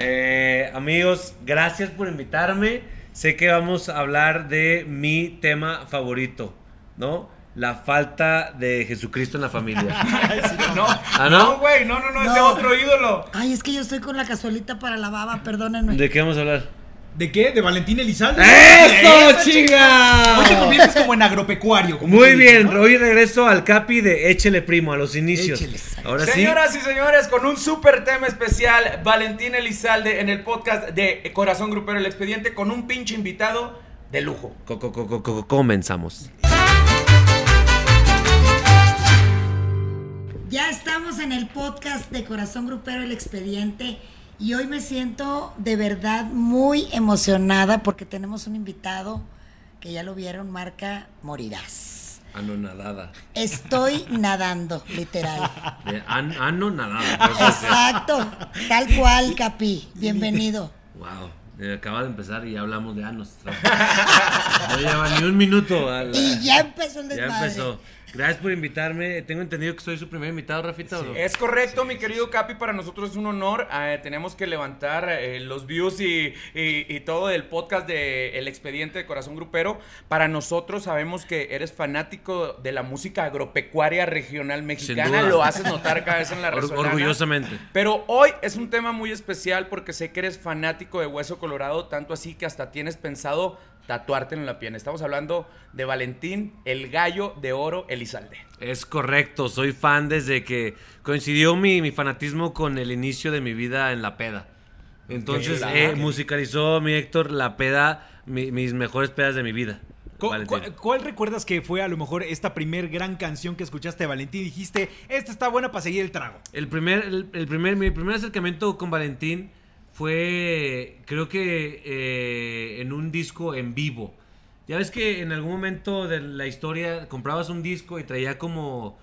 Amigos, gracias por invitarme. Sé que vamos a hablar de mi tema favorito, ¿no? La falta de Jesucristo en la familia. No, ¿Ah, no? no, güey, no, es de otro ídolo. Ay, es que yo estoy con la cazuelita para la baba, perdónenme. ¿De qué vamos a hablar? ¿De qué? ¿De Valentín Elizalde? ¡Eso, chinga! Hoy te conviertes como en agropecuario. Como Muy tú bien, dices, ¿no? hoy regreso al Capi de Échele Primo, a los inicios. Ahora sí. Señoras y señores, con un súper tema especial, Valentín Elizalde en el podcast de Corazón Grupero El Expediente, con un pinche invitado de lujo. Comenzamos. Ya estamos en el podcast de Corazón Grupero El Expediente y hoy me siento de verdad muy emocionada porque tenemos un invitado que ya lo vieron, marca Morirás. Anonadada. Estoy nadando, literal. Anonadada. Exacto, tal cual, Capi. Bienvenido. Wow. Acaba de empezar y ya hablamos de anos. No lleva ni un minuto. Y ya empezó el desmadre. Ya empezó. Gracias por invitarme. Tengo entendido que soy su primer invitado, Rafita. Sí, ¿o no? es correcto, mi querido Capi, para nosotros es un honor. Tenemos que levantar los views y todo el podcast de El Expediente de Corazón Grupero. Para nosotros sabemos que eres fanático de la música agropecuaria regional mexicana. Lo haces notar cada vez en la Resolana. Orgullosamente. Pero hoy es un tema muy especial porque sé que eres fanático de Hueso Colorado, tanto así que hasta tienes pensado tatuártelo en la piel. Estamos hablando de Valentín, el gallo de oro Elizalde. Es correcto, soy fan desde que coincidió mi fanatismo con el inicio de mi vida en la peda. Entonces musicalizó mi Héctor la peda, mis mejores pedas de mi vida. ¿Cuál recuerdas que fue a lo mejor esta primer gran canción que escuchaste de Valentín y dijiste, esta está buena para seguir el trago? Mi primer acercamiento con Valentín fue, creo que en un disco en vivo. Ya ves que en algún momento de la historia comprabas un disco y traía como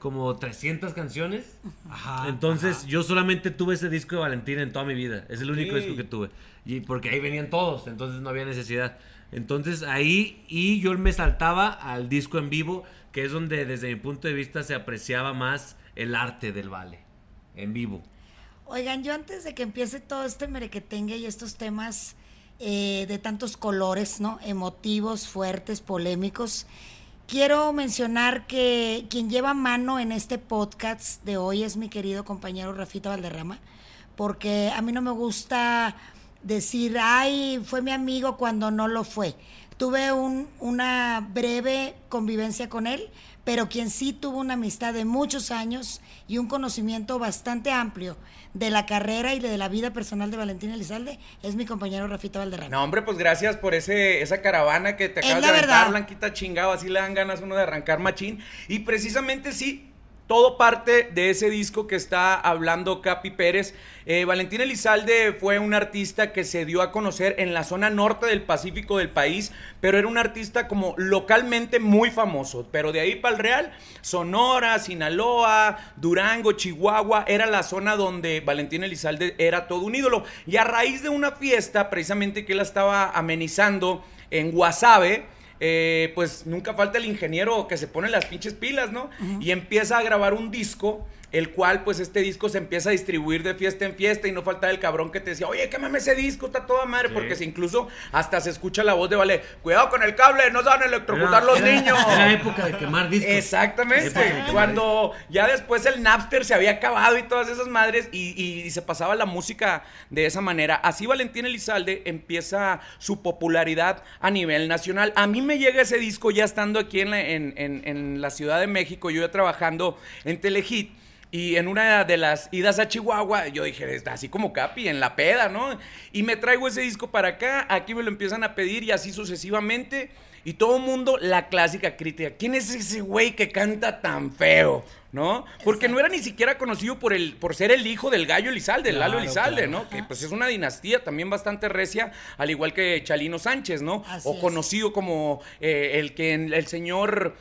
300 canciones. Ajá. Entonces yo solamente tuve ese disco de Valentín en toda mi vida. Es el único disco que tuve. Y porque ahí venían todos, entonces no había necesidad. Entonces ahí, y yo me saltaba al disco en vivo, que es donde desde mi punto de vista se apreciaba más el arte del Vale, en vivo. Oigan, yo antes de que empiece todo este merequetengue y estos temas de tantos colores, ¿no? Emotivos, fuertes, polémicos, quiero mencionar que quien lleva mano en este podcast de hoy es mi querido compañero Rafita Valderrama, porque a mí no me gusta decir, ay, fue mi amigo cuando no lo fue. Tuve una breve convivencia con él, pero quien sí tuvo una amistad de muchos años y un conocimiento bastante amplio de la carrera y de la vida personal de Valentín Elizalde es mi compañero Rafita Valderrama. No, hombre, pues gracias por esa caravana que te acabas de aventar, Blanquita, chingado, así le dan ganas uno de arrancar machín. Y precisamente sí, todo parte de ese disco que está hablando Capi Pérez. Valentín Elizalde fue un artista que se dio a conocer en la zona norte del Pacífico del país, pero era un artista como localmente muy famoso. Pero de ahí para el Real, Sonora, Sinaloa, Durango, Chihuahua, era la zona donde Valentín Elizalde era todo un ídolo. Y a raíz de una fiesta, precisamente que él estaba amenizando en Guasave, pues nunca falta el ingeniero que se pone las pinches pilas, ¿no? Uh-huh. Y empieza a grabar un disco, el cual pues este disco se empieza a distribuir de fiesta en fiesta y no falta el cabrón que te decía, oye, quémame ese disco, está toda madre, sí. Porque incluso hasta se escucha la voz de Vale, cuidado con el cable, no se van a electrocutar los niños. Era época de quemar discos. Exactamente, cuando ya después el Napster se había acabado y todas esas madres y se pasaba la música de esa manera. Así Valentín Elizalde empieza su popularidad a nivel nacional. A mí me llega ese disco ya estando aquí en la Ciudad de México, yo ya trabajando en Telehit. Y en una de las idas a Chihuahua, yo dije, está así como Capi, en la peda, ¿no? Y me traigo ese disco para acá, aquí me lo empiezan a pedir y así sucesivamente. Y todo el mundo, la clásica crítica. ¿Quién es ese güey que canta tan feo? ¿No? Porque no era ni siquiera conocido por ser el hijo del gallo Elizalde, Lalo Elizalde, claro, ¿no? Que pues es una dinastía también bastante recia, al igual que Chalino Sánchez, ¿no? Así o conocido como el señor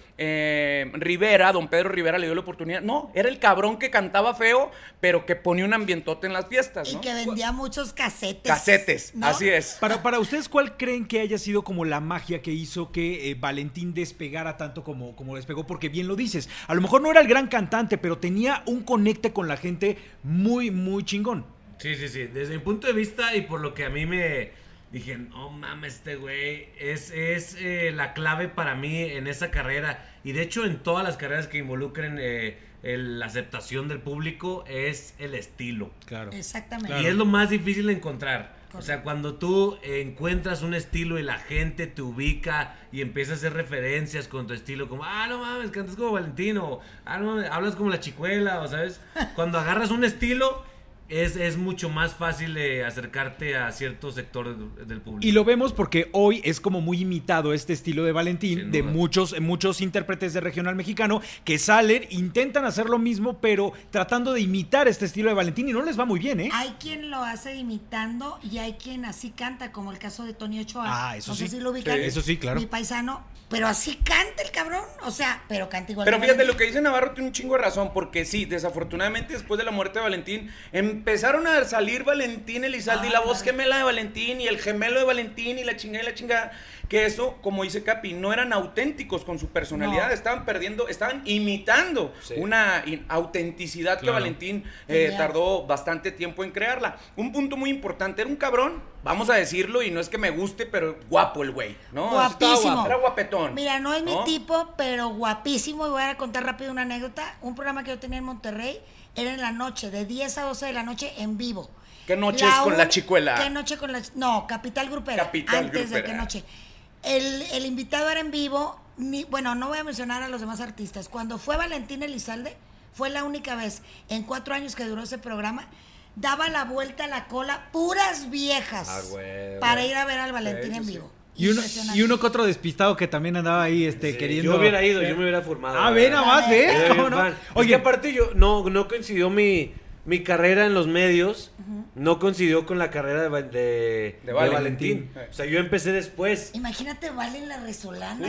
Rivera, don Pedro Rivera le dio la oportunidad. No, era el cabrón que cantaba feo, pero que ponía un ambientote en las fiestas, ¿no? Y que vendía muchos casetes. Casetes, ¿no? Así es. Para ustedes, ¿cuál creen que haya sido como la magia que hizo que Valentín despegara tanto como despegó? Porque bien lo dices, a lo mejor no era el gran cantante, pero tenía un conecte con la gente muy, muy chingón. Sí. Desde mi punto de vista y por lo que a mí me dije, no mames, este güey es la clave para mí en esa carrera. Y de hecho en todas las carreras que involucren la aceptación del público es el estilo. Claro. Exactamente. Y es lo más difícil de encontrar. O sea, cuando tú encuentras un estilo y la gente te ubica y empieza a hacer referencias con tu estilo, como, no mames, cantas como Valentino, no mames, hablas como la Chicuela, o sabes, cuando agarras un estilo es mucho más fácil acercarte a cierto sector del público. Y lo vemos porque hoy es como muy imitado este estilo de Valentín, de muchos intérpretes de regional mexicano que salen, intentan hacer lo mismo, pero tratando de imitar este estilo de Valentín y no les va muy bien, ¿eh? Hay quien lo hace imitando y hay quien así canta, como el caso de Tony Ochoa. Eso no sí. sé si lo ubican. Sí, eso sí, claro. Mi paisano, pero así canta el cabrón, o sea, pero canta igual. Pero fíjate, lo que dice Navarro tiene un chingo de razón, porque sí, desafortunadamente después de la muerte de Valentín, empezaron a salir Valentín Elizalde y la voz gemela de Valentín y el gemelo de Valentín y la chingada, que eso, como dice Capi, no eran auténticos con su personalidad, estaban imitando una autenticidad que Valentín tardó bastante tiempo en crearla. Un punto muy importante, era un cabrón, vamos a decirlo, y no es que me guste, pero guapo el güey, ¿no? Guapísimo. Era guapetón. Mira, no es mi tipo, pero guapísimo. Y voy a contar rápido una anécdota. Un programa que yo tenía en Monterrey era en la noche, de 10 a 12 de la noche en vivo. ¿Qué noche es con la Chicuela? ¿Qué noche con la... No, Capital Grupera. Antes de qué noche. El invitado era en vivo. Bueno, no voy a mencionar a los demás artistas. Cuando fue Valentín Elizalde, fue la única vez en 4 años que duró ese programa, daba la vuelta a la cola, puras viejas, para ir a ver al Valentín en vivo. Y uno que otro despistado que también andaba ahí queriendo... Yo hubiera ido, yo me hubiera formado. Ve nada más, ¿ves? ¿Cómo no? Oye, aparte yo no coincidió mi carrera en los medios, no coincidió con la carrera de Valentín. O sea, yo empecé después. Imagínate, Vale en la Resolana,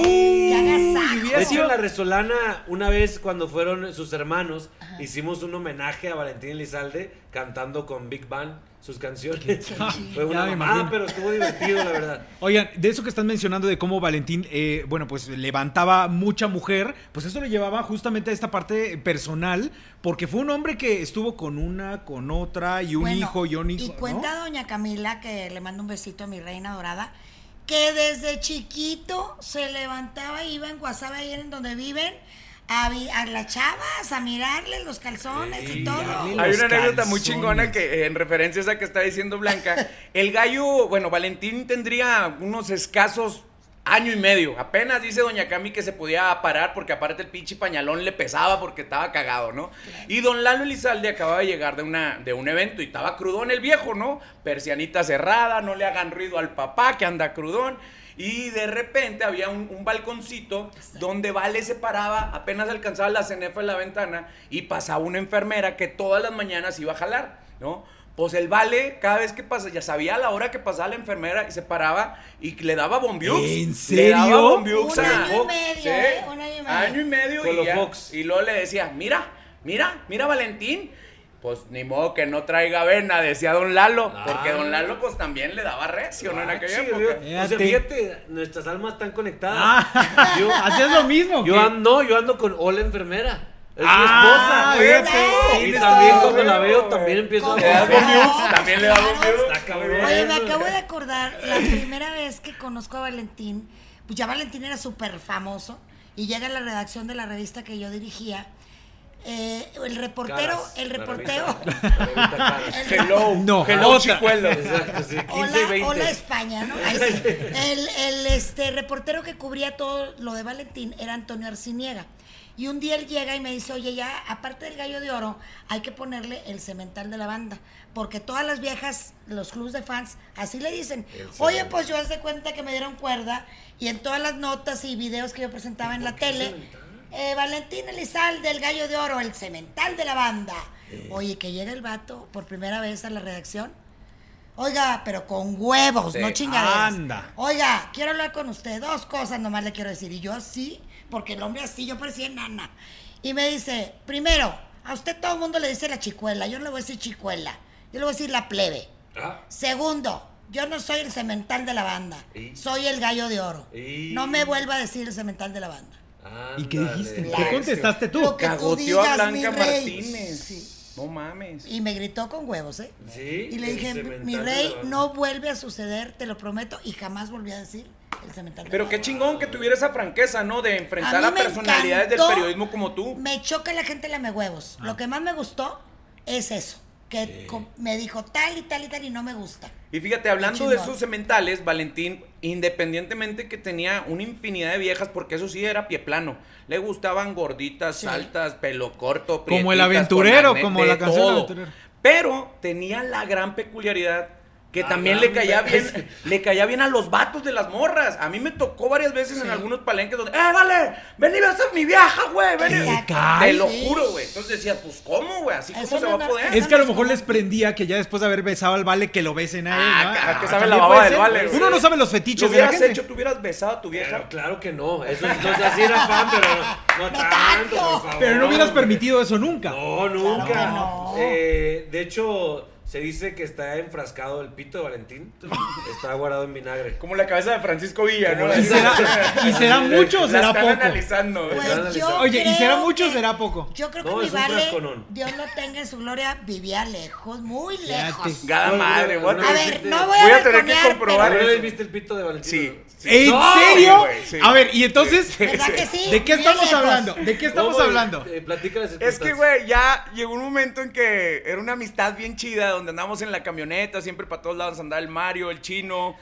De hecho, en la Resolana, una vez cuando fueron sus hermanos, hicimos un homenaje a Valentín Elizalde cantando con Big Band sus canciones. Fue una mamada, pero estuvo divertido, la verdad. Oigan, de eso que están mencionando de cómo Valentín, pues levantaba mucha mujer, pues eso lo llevaba justamente a esta parte personal, porque fue un hombre que estuvo con una, con otra, y un hijo, y un hijo. Y cuenta doña Camila, que le mando un besito a mi reina dorada, que desde chiquito se levantaba e iba en WhatsApp ahí en donde viven, a las chavas, a mirarle los calzones y todo. Hay una anécdota muy chingona que en referencia a esa que está diciendo Blanca, el gallo, Valentín tendría unos escasos año y medio, apenas dice doña Cami que se podía parar porque aparte el pinche pañalón le pesaba porque estaba cagado, ¿no? Y don Lalo Elizalde acababa de llegar de un evento y estaba crudón el viejo, ¿no? Persianita cerrada, no le hagan ruido al papá que anda crudón. Y de repente había un balconcito donde Vale se paraba, apenas alcanzaba la cenefa en la ventana y pasaba una enfermera que todas las mañanas iba a jalar, ¿no? Pues el Vale, cada vez que pasa, ya sabía a la hora que pasaba la enfermera y se paraba y le daba bombiux. ¿En serio? Le daba bombiux a Fox. Año y medio. Con los Fox. Y luego le decía, mira Valentín. Pues ni modo que no traiga vena, decía don Lalo, porque don Lalo pues también le daba recio, ¿no? En aquella época. O sea, fíjate, nuestras almas están conectadas. ¿Hacías lo mismo? Yo ando con Ola enfermera. Es mi esposa. Fíjate. Y también cuando la veo, también empiezo a... También le da bombiux. Oye, me acabo de acordar, la primera vez que conozco a Valentín, pues ya Valentín era súper famoso, y llega a la redacción de la revista que yo dirigía. El reportero. Hello, Chicuelo. Exacto, sí, 15 y 20. Hola España, ¿no? Ahí sí. El reportero que cubría todo lo de Valentín era Antonio Arciniega. Y un día él llega y me dice, oye, ya, aparte del gallo de oro, hay que ponerle el cemental de la banda. Porque todas las viejas, los clubs de fans, así le dicen. Oye, pues yo hace cuenta que me dieron cuerda y en todas las notas y videos que yo presentaba en la tele... Valentín Elizalde, el gallo de oro, el cemental de la banda. Oye, que llega el vato por primera vez a la redacción. Oiga, pero con huevos, no chingaderas. Anda. Oiga, quiero hablar con usted. 2 cosas nomás le quiero decir. Y yo así, porque el hombre así, yo parecía enana. Y me dice, primero, a usted todo el mundo le dice la Chicuela. Yo no le voy a decir Chicuela. Yo le voy a decir la plebe. Segundo, yo no soy el cemental de la banda. Soy el gallo de oro. No me vuelva a decir el cemental de la banda. ¿Y qué dijiste? ¿Qué contestaste tú? Lo que tú digas, a Blanca mi rey. Martínez. Sí. No mames. Y me gritó con huevos, ¿eh? Sí. Y le dije, mi rey, no vuelve a suceder, te lo prometo, y jamás volví a decir el cemental. Pero qué chingón que tuviera esa franqueza, ¿no? De enfrentar mí a me personalidades encantó, del periodismo como tú. Me choca la gente lame huevos. Lo que más me gustó es eso, que me dijo tal y tal y tal y no me gusta. Y fíjate, hablando de chingón. esos sementales, Valentín, independientemente que tenía una infinidad de viejas, porque eso sí era pie plano, le gustaban gorditas, Sí. altas, pelo corto, Como el prietitas, aventurero, con acné, como de la canción del todo. aventurero. Pero tenía la gran peculiaridad que también le caía bien a los vatos de las morras. A mí me tocó varias veces en algunos palenques donde, vale, ven y vas a mi vieja, güey, ven. Exacto. Te lo Sí. juro, güey. Entonces decía, pues, ¿cómo, güey? Así Eso cómo se no va a es poder. Es que a lo mejor les prendía que ya después de haber besado al Vale que lo besen a él, ¿no? que sabe también la baba puede del ser. Vale, güey. Uno no sabe los ¿Lo fetiches de la hubieras gente. hecho? ¿Tú hubieras besado a tu vieja? Pero claro que no. Eso entonces así era fan, pero no tanto, por favor. Pero no hubieras permitido eso nunca. No, nunca. Claro que no. De hecho, se dice que está enfrascado el pito de Valentín. Está guardado en vinagre. Como la cabeza de Francisco Villa, ¿no? ¿Y será mucho o La será están poco? analizando, güey. Pues yo Oye, ¿y creo será mucho o que- será poco? Yo creo que No, mi es un Vale, frasconón. Dios lo tenga en su gloria, vivía lejos, muy Fíjate. lejos. Gada No, madre, no, güey. no, A ver, no voy a Voy a tener que balconear, comprobar pero- ¿Alguna vez eso. viste el pito de Valentín? Sí. ¿En No, serio? güey, sí. A ver, y entonces, ¿Verdad que sí? ¿de qué Bien estamos lejos. hablando? ¿De qué estamos ¿Cómo? hablando? Platica las Es que, circunstancias. güey, ya llegó un momento en que era una amistad bien chida, donde andamos en la camioneta, siempre para todos lados andaba el Mario, el Chino,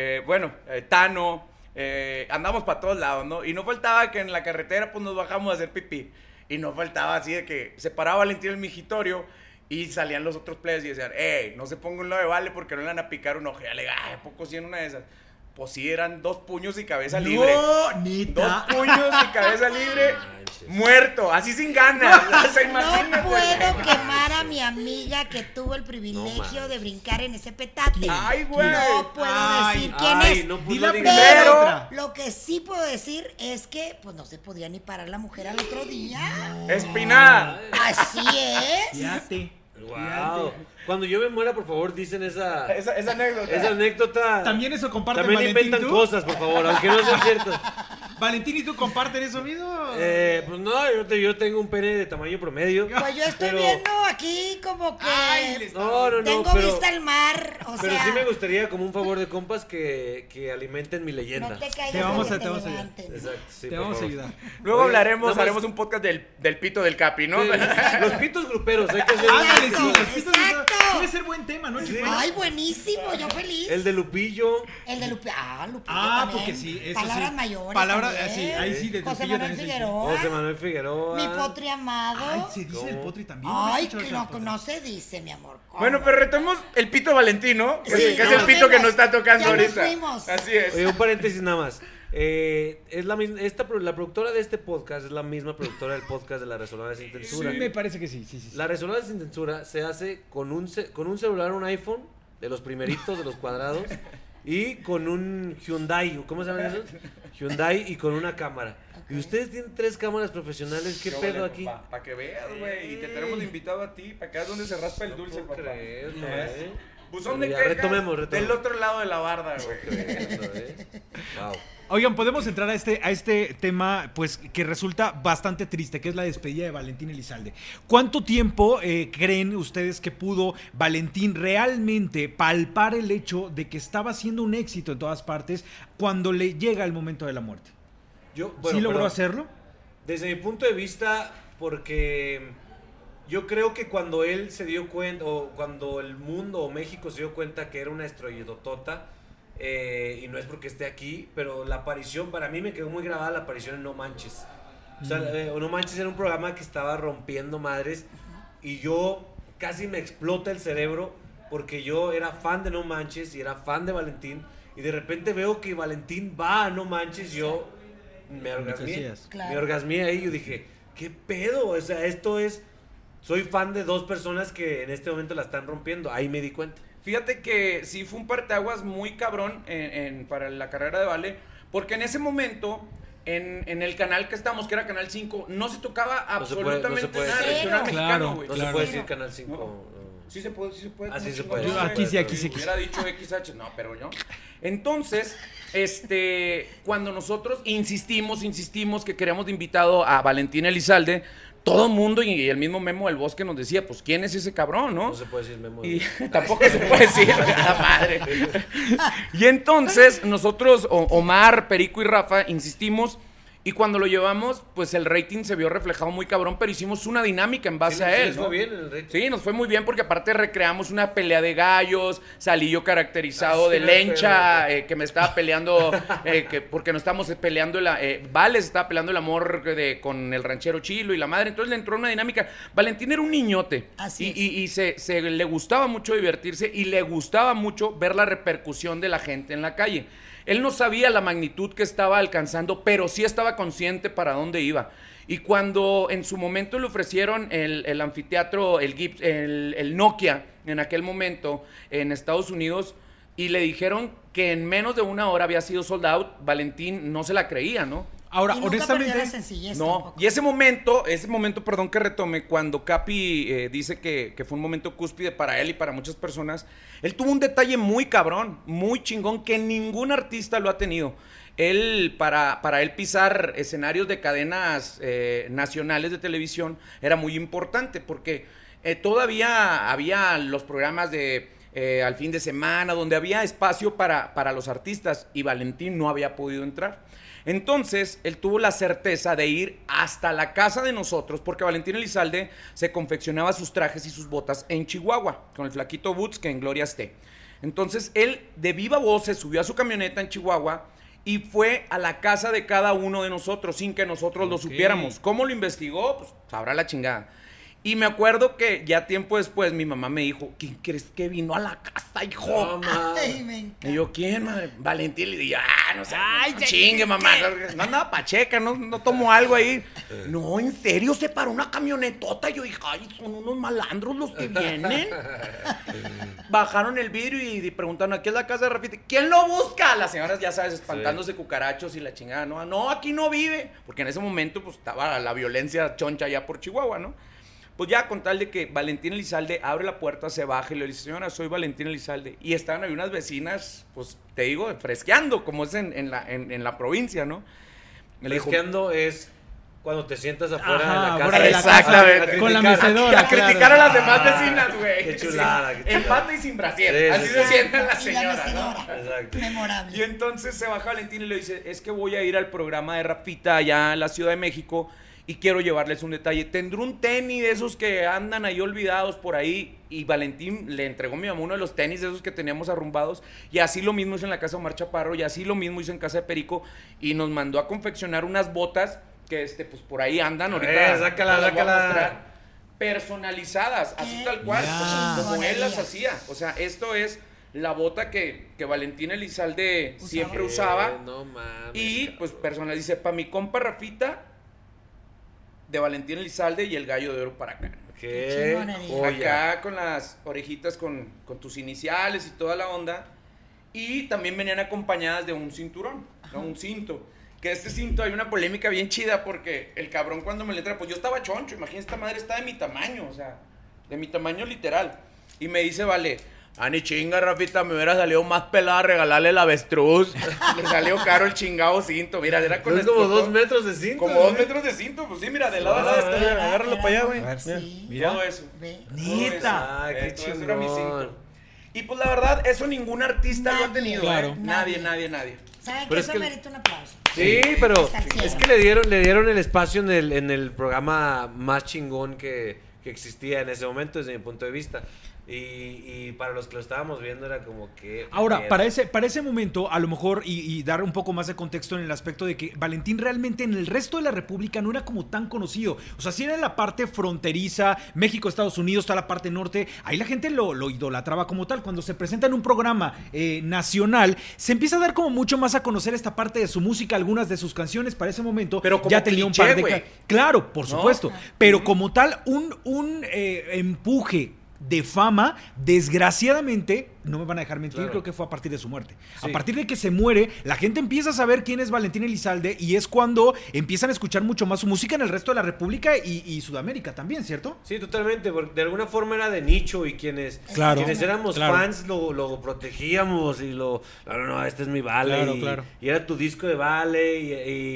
Tano, andamos para todos lados, ¿no? Y no faltaba que en la carretera, pues, nos bajamos a hacer pipí. Y no faltaba así de que se paraba Valentín el migitorio y salían los otros players y decían, no se ponga un lado de Vale porque no le van a picar un ojo. Y ya le digo, ¿a poco sí en una de esas? Pues sí, eran 2 puños y cabeza libre. No, 2 neta. puños y cabeza libre, muerto, así sin ganas. O sea, imagínate. No puedo quemar a mi amiga que tuvo el privilegio de brincar en ese petate. Ay, güey. No puedo Ay, decir quién Ay, es. no, pues Di no la digas. primera Pero letra. lo que sí puedo decir es que pues no se podía ni parar la mujer al otro día. Espinada. Así es. Fíjate. Wow. Cuando yo me muera, por favor, dicen esa Esa anécdota. anécdota. También eso comparten También Valentín, inventan ¿tú? cosas, por favor, aunque no sean ciertas. Valentín, ¿y tú comparten eso mismo? Pues no, yo tengo un pene de tamaño promedio. Pues yo estoy pero- viendo aquí como que Ay, No, tengo pero, vista al mar, o pero sea, sí me gustaría, como un favor de compas, que alimenten mi leyenda. no te caigas Te vamos de a- que te vamos a levanten. Exacto, sí, Te por vamos a favor. ayudar. Luego Oye, haremos nada más- un podcast del pito del Capi, ¿no? Sí, los pitos gruperos, hay que hacer Ándale, un- sí, los pitos de- Exacto. Puede ser buen tema, ¿no, Chicuelo? Ay, buenísimo, yo feliz. El de Lupillo. El de Lupillo. Lupillo Ah, también. porque sí, eso Palabras sí. mayores. Palabras, también. sí, ahí sí, de José Lupillo Manuel también sí. Figueroa. José Manuel Figueroa. Mi potri amado. Ay, se dice ¿Cómo? el potri también. Ay, escuchado que esa no, potri. no se dice, mi amor. ¿Cómo? Bueno, pero retomemos el pito Valentino, que, Sí, que es ya el pito que fuimos. nos está tocando Ya nos ahorita. fuimos. Así es. Oye, un paréntesis nada más. Es la misma, la productora de este podcast es la misma productora del podcast de La Resolana Sin Censura. Sí, me parece que sí, sí, sí. La Resolana Sin Censura se hace con un celular, un iPhone, de los primeritos, de los cuadrados, y con un Hyundai, ¿cómo se llaman esos? Hyundai y con una cámara. Y ustedes tienen 3 cámaras profesionales, ¿qué pedo aquí? Para que veas, güey. Y te tenemos invitado a ti, para que veas dónde se raspa el dulce, puedo papá. creerlo, ¿Eh? Buzón de Ya, quejas retomemos. del otro lado de la barda, güey. Wow. Oigan, podemos entrar a este tema, pues, que resulta bastante triste, que es la despedida de Valentín Elizalde. ¿Cuánto tiempo creen ustedes que pudo Valentín realmente palpar el hecho de que estaba siendo un éxito en todas partes cuando le llega el momento de la muerte? ¿Sí logró hacerlo? Desde mi punto de vista, porque yo creo que cuando él se dio cuenta, o cuando el mundo o México se dio cuenta que era una estrelladotota, y no es porque esté aquí, pero la aparición, para mí me quedó muy grabada la aparición en No Manches. O sea, No Manches era un programa que estaba rompiendo madres y yo casi me explota el cerebro porque yo era fan de No Manches y era fan de Valentín y de repente veo que Valentín va a No Manches y yo me orgasmié. Claro. Me orgasmié ahí y yo dije, ¿qué pedo? O sea, esto es... Soy fan de 2 personas que en este momento la están rompiendo. Ahí me di cuenta. Fíjate que sí fue un parteaguas muy cabrón para la carrera de Vale, porque en ese momento, en el canal que estamos, que era Canal 5, no se tocaba No se puede absolutamente nada decir. regional Cero. mexicano, güey. No Claro. se puede decir Canal 5. No. Sí se puede, Ah, sí se como puede. chingón, Yo- aquí sí, aquí sí, aquí sí. Hubiera dicho XH, no, pero no. Entonces, cuando nosotros insistimos que queríamos de invitado a Valentín Elizalde, todo el mundo y el mismo Memo del Bosque nos decía, pues, ¿quién es ese cabrón, no? No se puede decir Memo. Y tampoco se puede decir, la madre. Y entonces nosotros, Omar, Perico y Rafa, insistimos. Y cuando lo llevamos, pues el rating se vio reflejado muy cabrón, pero hicimos una dinámica en base a él. Nos fue bien el rating. Sí, nos fue muy bien porque aparte recreamos una pelea de gallos, salí yo caracterizado de lencha, que me estaba peleando, porque nos estábamos peleando, Vale se estaba peleando el amor con el ranchero Chilo y la madre, entonces le entró una dinámica. Valentín era un niñote. Así y se le gustaba mucho divertirse y le gustaba mucho ver la repercusión de la gente en la calle. Él no sabía la magnitud que estaba alcanzando, pero sí estaba consciente para dónde iba. Y cuando en su momento le ofrecieron el anfiteatro, el Nokia, en aquel momento, en Estados Unidos, y le dijeron que en menos de una hora había sido sold out, Valentín no se la creía, ¿no? Ahora, y nunca honestamente, perdió la sencillez No, tampoco. y ese momento, perdón que retome, cuando Capi dice que fue un momento cúspide para él y para muchas personas, él tuvo un detalle muy cabrón, muy chingón, que ningún artista lo ha tenido. Él, para él pisar escenarios de cadenas nacionales de televisión era muy importante, porque todavía había los programas de al fin de semana, donde había espacio para los artistas, y Valentín no había podido entrar. Entonces, él tuvo la certeza de ir hasta la casa de nosotros, porque Valentín Elizalde se confeccionaba sus trajes y sus botas en Chihuahua, con el flaquito Boots, que en gloria esté. Entonces, él de viva voz se subió a su camioneta en Chihuahua y fue a la casa de cada uno de nosotros, sin que nosotros lo supiéramos. ¿Cómo lo investigó? Pues sabrá la chingada. Y me acuerdo que ya tiempo después mi mamá me dijo, ¿quién crees que vino a la casa, hijo? No, Ay, me encanta. Y yo, ¿quién, madre? Valentín. Le dije, no sé, no chingue, mamá. No andaba pacheca, no tomo algo ahí. No, en serio, se paró una camionetota. Yo dije, ay, son unos malandros los que vienen. Bajaron el vidrio y preguntaron, ¿aquí es la casa de Rafita? ¿Quién lo busca? Las señoras, ya sabes, espantándose cucarachos y la chingada. No, aquí no vive. Porque en ese momento, pues, estaba la violencia choncha allá por Chihuahua, ¿no? Pues ya con tal de que Valentín Elizalde abre la puerta, se baja y le dice, señora, soy Valentín Elizalde. Y estaban ahí unas vecinas, pues te digo, fresqueando, como es en la provincia, ¿no? Le fresqueando es cuando te sientas afuera de la casa. Afuera de la Exactamente. casa, con la mecedora, A criticar a las demás vecinas, güey. Qué chulada. Sí. En pata y sin brasier. Sí, así sí, se sí. sientan las Y la señoras, ¿no? mecedora. Exacto. Memorable. Y entonces se baja Valentín y le dice, es que voy a ir al programa de Rafita allá en la Ciudad de México y quiero llevarles un detalle. Tendré un tenis de esos que andan ahí olvidados por ahí. Y Valentín le entregó a mi mamá uno de los tenis de esos que teníamos arrumbados. Y así lo mismo hizo en la casa de Omar Chaparro. Y así lo mismo hizo en casa de Perico. Y nos mandó a confeccionar unas botas que pues por ahí andan ahorita. Sácala, las voy a sácala. mostrar. Personalizadas, así tal cual, Ya. como él las hacía. O sea, esto es la bota que Valentín Elizalde siempre usaba. No mames. Y pues personal dice, para mi compa Rafita, de Valentín Elizalde y el gallo de oro para acá. Qué chingonería. joya. Acá con las orejitas con tus iniciales y toda la onda. Y también venían acompañadas de un cinturón, ¿no? Un cinto. Que este cinto hay una polémica bien chida porque el cabrón cuando me le entra, pues yo estaba choncho, imagínate, esta madre está de mi tamaño, o sea, de mi tamaño literal. Y me dice, vale, ni chinga, Rafita, me hubiera salido más pelada regalarle el avestruz. Le salió caro el chingado cinto, mira, era con Es como 2 metros de cinto. Como 2 metros de cinto, pues sí, mira, de lado a lado está. Agárralo para allá, güey. A ver, sí. Mira. Todo eso. Ve. Neta. Ah, qué Todo eso era mi chingón. cinto. Y pues la verdad, eso ningún artista lo ha Nadie. tenido, Claro. Nadie. ¿Saben Pero que es eso que- merita un aplauso? Sí, pero Hasta el cielo. es que le dieron el espacio en el programa más chingón que existía en ese momento desde mi punto de vista. Y para los que lo estábamos viendo era como que... Ahora, para ese momento, a lo mejor, y dar un poco más de contexto en el aspecto de que Valentín realmente en el resto de la República no era como tan conocido. O sea, sí era en la parte fronteriza, México, Estados Unidos, toda la parte norte, ahí la gente lo idolatraba como tal. Cuando se presenta en un programa nacional, se empieza a dar como mucho más a conocer esta parte de su música, algunas de sus canciones para ese momento. Pero como ya tenía un par de... cliché, güey. Claro, por ¿No? supuesto. Pero como tal, un empuje de fama, desgraciadamente, no me van a dejar mentir, Claro. creo que fue a partir de su muerte. Sí. A partir de que se muere, la gente empieza a saber quién es Valentín Elizalde y es cuando empiezan a escuchar mucho más su música en el resto de la República y Sudamérica también, ¿cierto? Sí, totalmente, porque de alguna forma era de nicho y quienes éramos claro. fans lo protegíamos y no, este es mi Vale. Claro, y, claro. y era tu disco de Vale y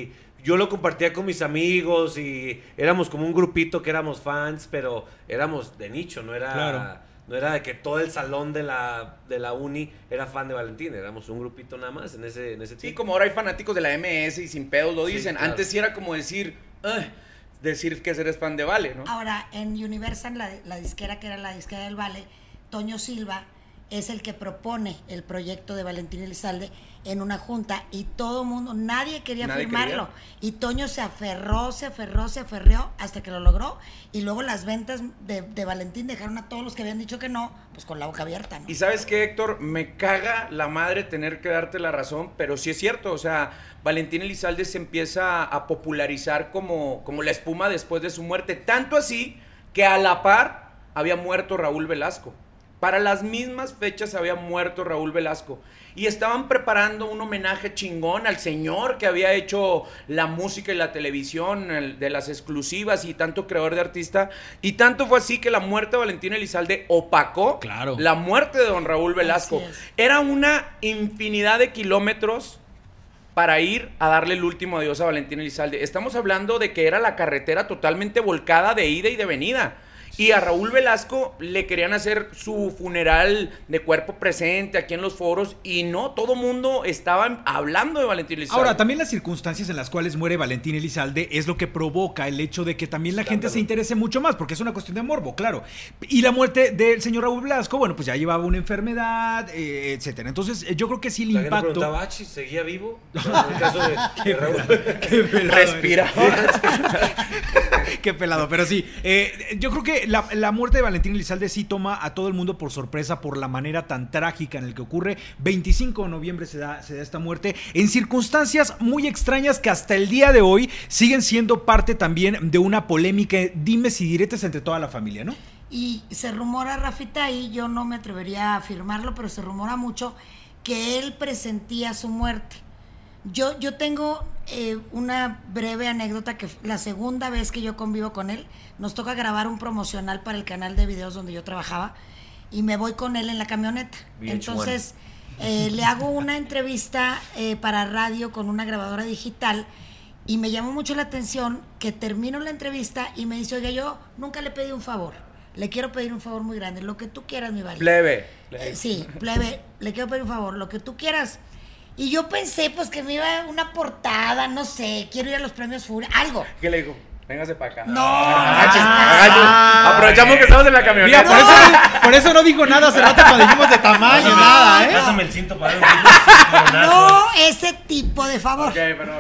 yo lo compartía con mis amigos y éramos como un grupito que éramos fans, pero éramos de nicho, no era... Claro. No era de que todo el salón de la uni era fan de Valentín, éramos un grupito nada más en ese tiempo. Sí, como ahora hay fanáticos de la MS y sin pedos lo dicen. Claro. Antes sí era como decir que eres fan de Vale, ¿no? Ahora, en Universal, la disquera que era la disquera del Vale, Toño Silva es el que propone el proyecto de Valentín Elizalde en una junta y todo mundo, nadie quería firmarlo. Y Toño se aferró hasta que lo logró. Y luego las ventas de Valentín dejaron a todos los que habían dicho que no, pues con la boca abierta, ¿no? Y ¿sabes qué, Héctor? Me caga la madre tener que darte la razón, pero sí es cierto, o sea, Valentín Elizalde se empieza a popularizar como la espuma después de su muerte. Tanto así que a la par había muerto Raúl Velasco. Para las mismas fechas había muerto Raúl Velasco. Y estaban preparando un homenaje chingón al señor que había hecho la música y la televisión, de las exclusivas y tanto creador de artista. Y tanto fue así que la muerte de Valentín Elizalde opacó la muerte de don Raúl Velasco. Era una infinidad de kilómetros para ir a darle el último adiós a Valentín Elizalde. Estamos hablando de que era la carretera totalmente volcada de ida y de venida. Y a Raúl Velasco le querían hacer su funeral de cuerpo presente aquí en los foros y no, todo mundo estaba hablando de Valentín Elizalde. Ahora, también las circunstancias en las cuales muere Valentín Elizalde es lo que provoca el hecho de que también la gente se interese mucho más, porque es una cuestión de morbo, claro. Y la muerte del señor Raúl Velasco, bueno, pues ya llevaba una enfermedad, etcétera. Entonces, yo creo que sí el impacto... preguntaba, ¿seguía vivo? No, en el caso de Raúl. Qué pelado. Respiraba. Qué pelado, pero sí. Yo creo que la muerte de Valentín Elizalde sí toma a todo el mundo por sorpresa por la manera tan trágica en la que ocurre. 25 de noviembre se da esta muerte en circunstancias muy extrañas que hasta el día de hoy siguen siendo parte también de una polémica, dimes y diretes entre toda la familia, ¿no? Y se rumora, Rafita, y yo no me atrevería a afirmarlo, pero se rumora mucho que él presentía su muerte. Yo tengo una breve anécdota que la segunda vez que yo convivo con él, nos toca grabar un promocional para el canal de videos donde yo trabajaba y me voy con él en la camioneta. Entonces le hago una entrevista para radio con una grabadora digital y me llamó mucho la atención que termino la entrevista y me dice, oiga, yo nunca le pedí un favor. Le quiero pedir un favor muy grande, lo que tú quieras, mi Vale. Plebe. Sí, plebe, le quiero pedir un favor, lo que tú quieras. Y yo pensé, pues, que me iba una portada, no sé, quiero ir a los premios Furia, algo. ¿Qué le digo? Véngase para acá. No. Aprovechamos que estamos en la camioneta. Mira, por eso no dijo nada hace rato cuando dijimos de tamaño, nada, ¿eh? Pásame el cinto para dar un No, ese tipo de favor. Ok, perdón.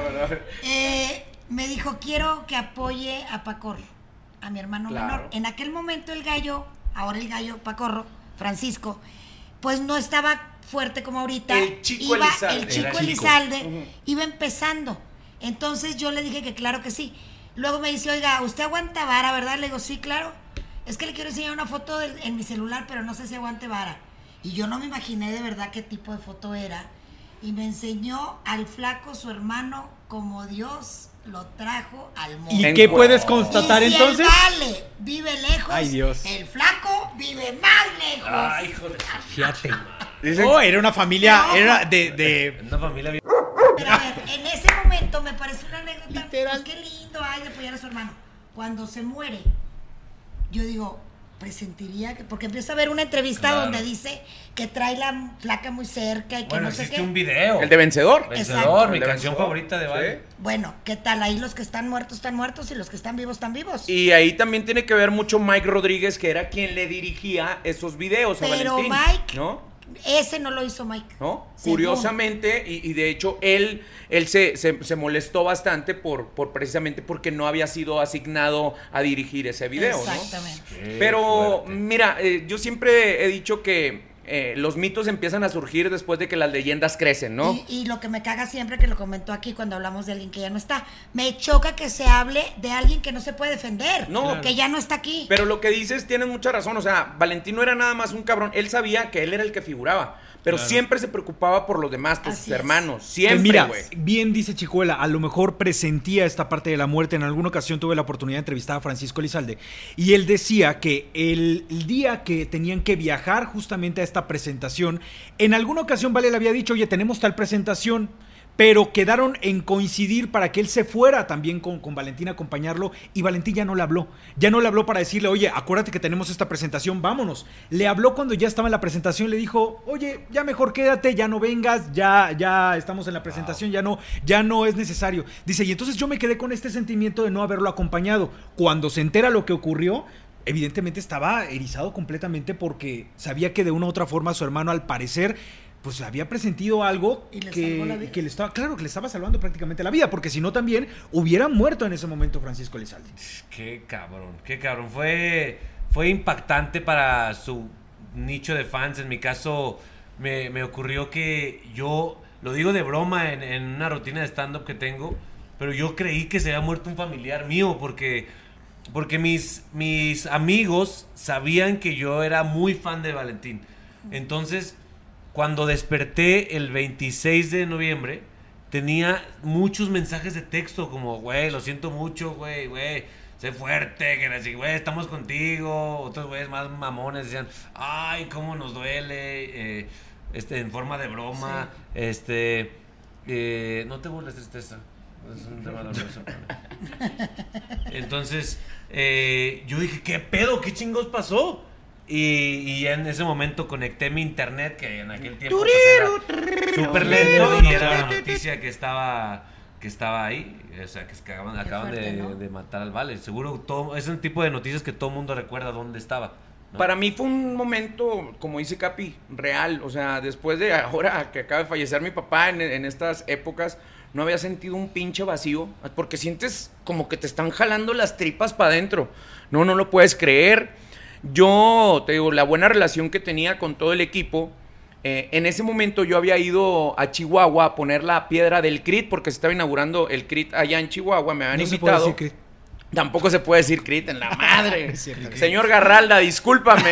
Me dijo, quiero que apoye a Pacorro, a mi hermano menor. En aquel momento el gallo, ahora el gallo Pacorro, Francisco, pues no estaba fuerte como ahorita. El chico Elizalde iba empezando. Entonces yo le dije que claro que sí. Luego me dice, oiga, usted aguanta vara, ¿verdad? Le digo, sí, claro. Es que le quiero enseñar una foto en mi celular, pero no sé si aguante vara. Y yo no me imaginé de verdad qué tipo de foto era. Y me enseñó al flaco, su hermano, como Dios lo trajo al mundo. ¿Y qué puedes constatar entonces? El Vale vive lejos. Ay, Dios. El flaco vive más lejos. Ay, hijo de... Fíjate. Era una familia, era de... Una familia bien... Pero a ver, en ese momento me parece una anécdota, pues qué lindo hay de apoyar a su hermano. Cuando se muere, yo digo, presentiría que, porque empieza a ver una entrevista donde dice que trae la flaca muy cerca y que no sé qué. Existe un video. El de Vencedor. Vencedor, mi El de canción Vencedor. favorita de Vale. Sí. Bueno, ¿qué tal? Ahí los que están muertos y los que están vivos están vivos. Y ahí también tiene que ver mucho Mike Rodríguez, que era quien le dirigía esos videos a Pero Valentín. Mike, ¿no? Ese no lo hizo Mike. ¿No? Según. Curiosamente, y de hecho él se molestó bastante precisamente porque no había sido asignado a dirigir ese video, Exactamente. ¿no? Pero mira, yo siempre he dicho que los mitos empiezan a surgir después de que las leyendas crecen, ¿no? Y lo que me caga siempre, que lo comentó aquí cuando hablamos de alguien que ya no está, me choca que se hable de alguien que no se puede defender, que ya no está aquí. Pero lo que dices tienes mucha razón, o sea, Valentín no era nada más un cabrón, él sabía que él era el que figuraba, pero siempre se preocupaba por los demás, por sus hermanos, siempre, mira, güey. bien dice Chicuela, a lo mejor presentía esta parte de la muerte. En alguna ocasión tuve la oportunidad de entrevistar a Francisco Elizalde y él decía que el día que tenían que viajar justamente a esta presentación, en alguna ocasión Vale le había dicho, oye, tenemos tal presentación, pero quedaron en coincidir para que él se fuera también con Valentín a acompañarlo, y Valentín ya no le habló para decirle, oye, acuérdate que tenemos esta presentación, vámonos. Le habló cuando ya estaba en la presentación, le dijo, oye, ya mejor quédate, ya no vengas, ya estamos en la presentación, ya no es necesario. Dice, y entonces yo me quedé con este sentimiento de no haberlo acompañado. Cuando se entera lo que ocurrió, evidentemente estaba erizado completamente, porque sabía que de una u otra forma su hermano, al parecer, pues había presentido algo que le estaba salvando prácticamente la vida, porque si no también hubiera muerto en ese momento Francisco Elizalde. Qué cabrón. Fue impactante para su nicho de fans. En mi caso, me ocurrió que yo, lo digo de broma en una rutina de stand-up que tengo, pero yo creí que se había muerto un familiar mío, porque mis amigos sabían que yo era muy fan de Valentín. Entonces, cuando desperté el 26 de noviembre, tenía muchos mensajes de texto como, güey, lo siento mucho, güey, sé fuerte, que así, güey, estamos contigo. Otros güeyes más mamones decían, ay, cómo nos duele, en forma de broma, sí. No te burles, tristeza. Es un tema doloroso. Entonces, yo dije, ¿qué pedo? ¿Qué chingos pasó? Y en ese momento conecté mi internet, que en aquel tiempo pues, era súper lento, y era la noticia que estaba ahí. O sea, que acaban de matar al Vale. Seguro es un tipo de noticias que todo el mundo recuerda dónde estaba, ¿no? Para mí fue un momento, como dice Capi, real. O sea, después de ahora que acaba de fallecer mi papá, en estas épocas, no había sentido un pinche vacío, porque sientes como que te están jalando las tripas para adentro. No lo puedes creer. Yo, te digo, la buena relación que tenía con todo el equipo, en ese momento yo había ido a Chihuahua a poner la piedra del CRIT, porque se estaba inaugurando el CRIT allá en Chihuahua, me habían invitado. Se puede decir CRIT. Tampoco se puede decir CRIT, en la madre. Señor Garralda, discúlpame.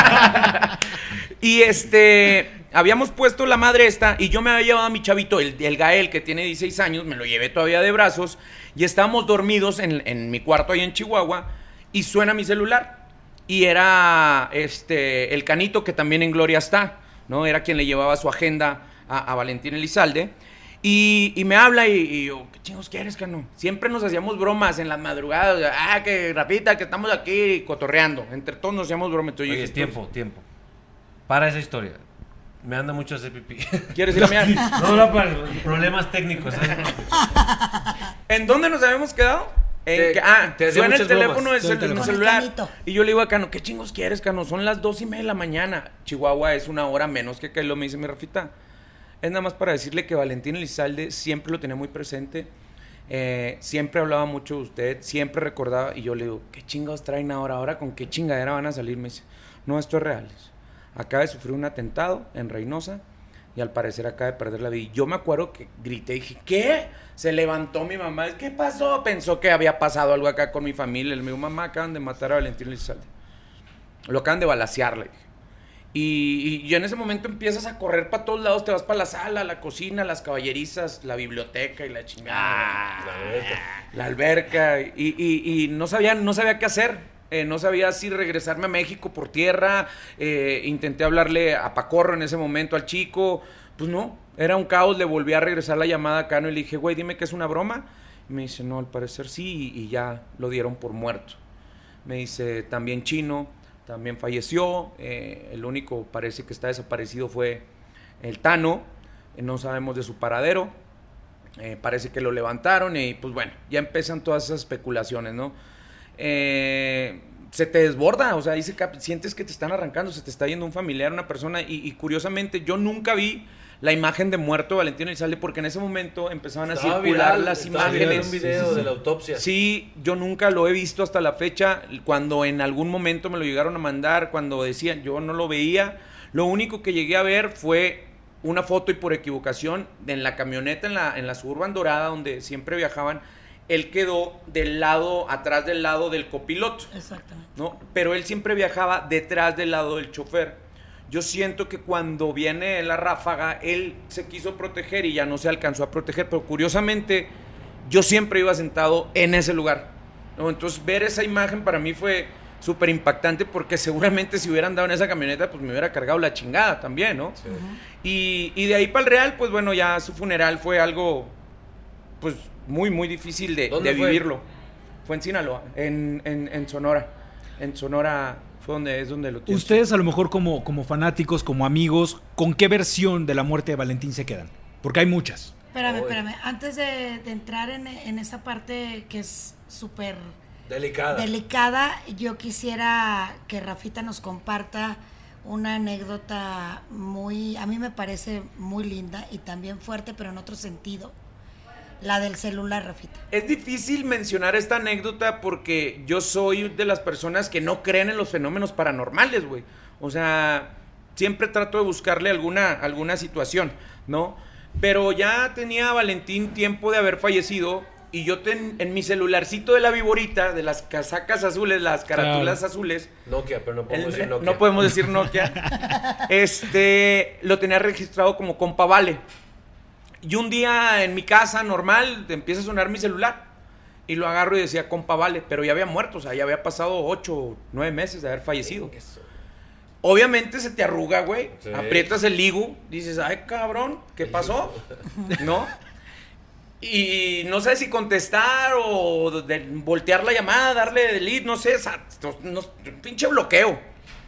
Y habíamos puesto la madre y yo me había llevado a mi chavito, el Gael, que tiene 16 años, me lo llevé todavía de brazos, y estábamos dormidos en mi cuarto ahí en Chihuahua, y suena mi celular. Y era el Canito, que también en Gloria está, ¿no? Era quien le llevaba su agenda a Valentín Elizalde. Y me habla y yo, ¿qué chingos quieres, Cano? Siempre nos hacíamos bromas en las madrugadas. Que rapita, que estamos aquí cotorreando. Entre todos nos hacíamos bromas. Entonces, oye, tiempo. Para esa historia. Me anda mucho a hacer pipí. ¿Quieres ir a mirar? No, para problemas técnicos. ¿En dónde nos habíamos quedado? Suena el teléfono del celular. Y yo le digo a Cano, ¿qué chingos quieres, Cano? Son las 2:30 de la mañana. Chihuahua es una hora menos que lo me dice mi Rafita. Es nada más para decirle que Valentín Elizalde siempre lo tenía muy presente. Siempre hablaba mucho de usted, siempre recordaba. Y yo le digo, ¿qué chingados traen ahora? ¿Con qué chingadera van a salir? Me dice, no, esto es real. Acaba de sufrir un atentado en Reynosa y al parecer acaba de perder la vida. Y yo me acuerdo que grité y dije, ¿qué? Se levantó mi mamá, ¿qué pasó? Pensó que había pasado algo acá con mi familia. Le digo, mamá, acaban de matar a Valentín Elizalde. Lo acaban de balacear, le dije. Y en ese momento empiezas a correr para todos lados, te vas para la sala, la cocina, las caballerizas, la biblioteca y la chingada. La alberca. Y no sabía qué hacer. No sabía si regresarme a México por tierra. Intenté hablarle a Pacorro en ese momento, al chico. Pues no, era un caos. Le volví a regresar la llamada a Cano y le dije, güey, dime que es una broma. Y me dice, no, al parecer sí, y ya lo dieron por muerto. Me dice, también Chino, también falleció. El único parece que está desaparecido fue el Tano. No sabemos de su paradero. Parece que lo levantaron y pues bueno, ya empiezan todas esas especulaciones, ¿no? Se te desborda, o sea, sientes que te están arrancando, se te está yendo un familiar, una persona, y curiosamente yo nunca vi la imagen de muerto de Valentín Elizalde, porque en ese momento empezaban a circular las imágenes. Un video de la autopsia. Sí, yo nunca lo he visto hasta la fecha. Cuando en algún momento me lo llegaron a mandar, cuando decían, yo no lo veía. Lo único que llegué a ver fue una foto, y por equivocación, en la camioneta en la Suburban Dorada, donde siempre viajaban. Él quedó atrás del lado del copiloto. Exactamente. ¿No? Pero él siempre viajaba detrás del lado del chofer. Yo siento que cuando viene la ráfaga, él se quiso proteger y ya no se alcanzó a proteger. Pero curiosamente, yo siempre iba sentado en ese lugar, ¿no? Entonces, ver esa imagen para mí fue súper impactante porque seguramente si hubieran dado en esa camioneta, pues me hubiera cargado la chingada también, ¿no? Sí. Y de ahí para el Real, pues bueno, ya su funeral fue algo, pues muy, muy difícil de vivirlo. Fue en Sinaloa, en Sonora. En Sonora fue donde lo tienen. Ustedes a lo mejor como fanáticos, como amigos, ¿con qué versión de la muerte de Valentín se quedan? Porque hay muchas. Espérame. Antes de entrar en esa parte que es súper delicada, yo quisiera que Rafita nos comparta una anécdota a mí me parece muy linda y también fuerte, pero en otro sentido. La del celular, Rafita. Es difícil mencionar esta anécdota porque yo soy de las personas que no creen en los fenómenos paranormales, güey. O sea, siempre trato de buscarle alguna situación, ¿no? Pero ya tenía Valentín tiempo de haber fallecido y yo en mi celularcito de la Viborita, de las casacas azules, las carátulas azules. Nokia, pero no podemos decir Nokia. No podemos decir Nokia. Lo tenía registrado como compa Vale. Y un día en mi casa normal empieza a sonar mi celular y lo agarro y decía compa Vale, pero ya había muerto, o sea, ya había pasado 8 o 9 meses de haber fallecido. Eso. Obviamente se te arruga, güey, sí. Aprietas el ligo, dices, ay cabrón, ¿qué pasó? ¿No? Y no sé si contestar o voltear la llamada, darle delete, no sé, pinche bloqueo.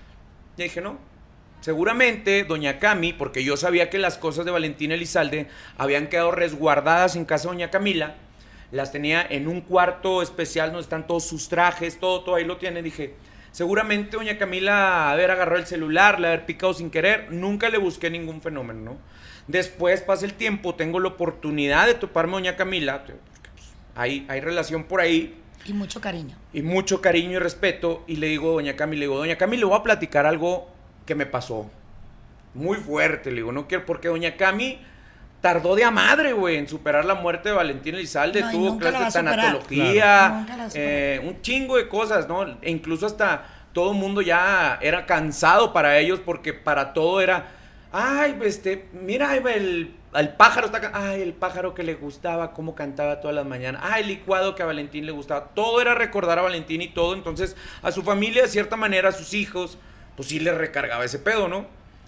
Y dije, no. Seguramente doña Cami, porque yo sabía que las cosas de Valentín Elizalde habían quedado resguardadas en casa de doña Camila, las tenía en un cuarto especial donde están todos sus trajes, todo ahí lo tiene. Dije, seguramente doña Camila haber agarrado el celular, le haber picado sin querer, nunca le busqué ningún fenómeno, ¿no? Después pasa el tiempo, tengo la oportunidad de toparme a doña Camila, porque, pues, hay relación por ahí. Y mucho cariño. Y mucho cariño y respeto, y le digo a doña Cami, le voy a platicar algo que me pasó muy fuerte, le digo, no quiero, porque doña Cami tardó de a madre, güey, en superar la muerte de Valentín Elizalde, tuvo clases de tanatología, claro. Un chingo de cosas, ¿no? E incluso hasta todo el mundo ya era cansado para ellos, porque para todo era, ay, mira, el pájaro está, ay, el pájaro que le gustaba, cómo cantaba todas las mañanas, ay, el licuado que a Valentín le gustaba, todo era recordar a Valentín y todo, entonces a su familia, de cierta manera, a sus hijos, pues sí le recargaba ese pedo, ¿no?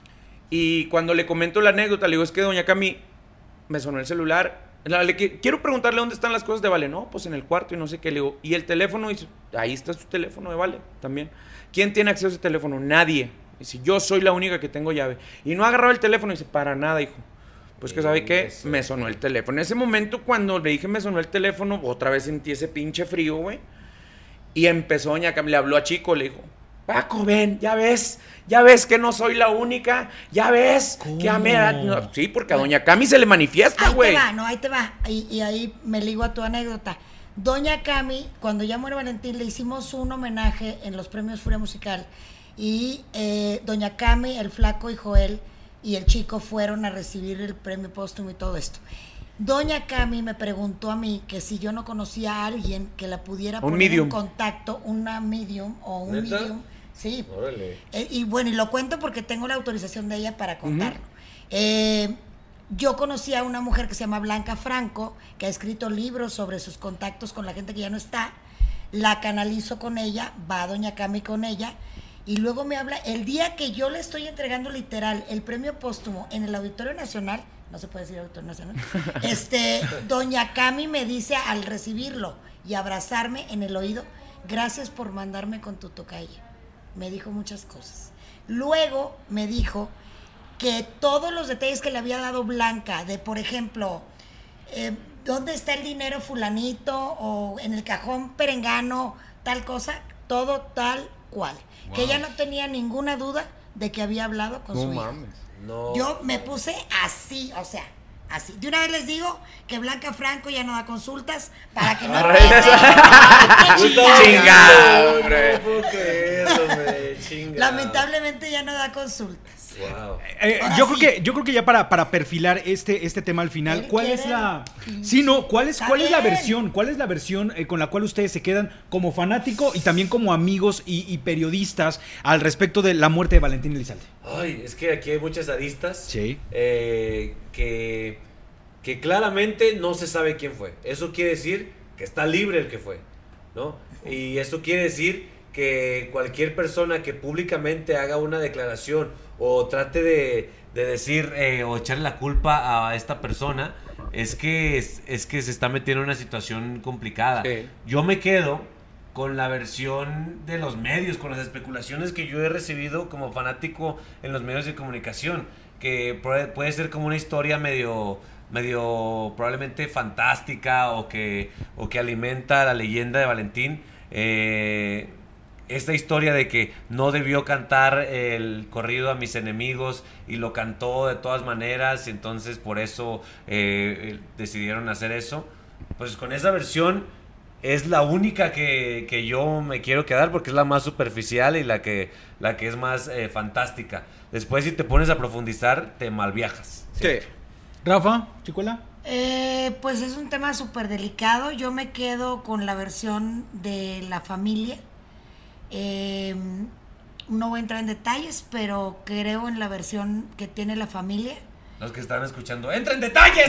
Y cuando le comento la anécdota, le digo, es que doña Cami, me sonó el celular, quiero preguntarle dónde están las cosas de Vale. No, pues en el cuarto y no sé qué. Le digo, y el teléfono, y ahí está su teléfono de Vale también. ¿Quién tiene acceso a ese teléfono? Nadie. Dice, yo soy la única que tengo llave. Y no ha agarrado el teléfono. Y dice, para nada, hijo. Pues que sabe qué, me sonó el teléfono. En ese momento, cuando le dije me sonó el teléfono, otra vez sentí ese pinche frío, güey. Y empezó doña Cami, le habló a Chico, le dijo, Paco, ven, ya ves que no soy la única, ya ves. Que no, sí, porque a doña Cami se le manifiesta, güey. Ahí te va, y ahí me ligo a tu anécdota. Doña Cami, cuando ya muere Valentín, le hicimos un homenaje en los premios Furia Musical, y doña Cami, el Flaco y Joel y el Chico fueron a recibir el premio póstumo y todo esto. Doña Cami me preguntó a mí que si yo no conocía a alguien que la pudiera poner en contacto, una medium o un ¿neta? medium. Sí. Órale. Y bueno, y lo cuento porque tengo la autorización de ella para contarlo. Yo conocí a una mujer que se llama Blanca Franco, que ha escrito libros sobre sus contactos con la gente que ya no está. La canalizo con ella, va doña Cami con ella, y luego me habla, el día que yo le estoy entregando literal el premio póstumo en el Auditorio Nacional, no se puede decir Auditorio Nacional, doña Cami me dice al recibirlo y abrazarme en el oído, gracias por mandarme con tu tocaya. Me dijo muchas cosas. Luego me dijo que todos los detalles que le había dado Blanca, de por ejemplo, ¿dónde está el dinero fulanito? O en el cajón perengano, tal cosa, todo tal cual. Wow. Que ella no tenía ninguna duda de que había hablado con su hijo. No. Yo me puse así, o sea, así. De una vez les digo que Blanca Franco ya no da consultas para que no chingado, hombre. Lamentablemente ya no da consultas. Wow. Yo creo que ya para perfilar este tema al final, ¿cuál es la versión? ¿Cuál es la versión con la cual ustedes se quedan como fanático y también como amigos y periodistas al respecto de la muerte de Valentín Elizalde? Ay, es que aquí hay muchas aristas. Sí. Que claramente no se sabe quién fue. Eso quiere decir que está libre el que fue, ¿no? Y eso quiere decir que cualquier persona que públicamente haga una declaración o trate de decir o echarle la culpa a esta persona, es que se está metiendo en una situación complicada. Sí. Yo me quedo con la versión de los medios, con las especulaciones que yo he recibido como fanático en los medios de comunicación, que puede ser como una historia medio probablemente fantástica o que alimenta la leyenda de Valentín. Esta historia de que no debió cantar el corrido a mis enemigos y lo cantó de todas maneras, y entonces por eso decidieron hacer eso. Pues con esa versión es la única que yo me quiero quedar, porque es la más superficial y la que es más fantástica. Después, si te pones a profundizar, te malviajas. Sí. Rafa, Chicuela. Pues es un tema súper delicado. Yo me quedo con la versión de la familia. No voy a entrar en detalles, pero creo en la versión que tiene la familia. Los que están escuchando, ¡entra en detalles!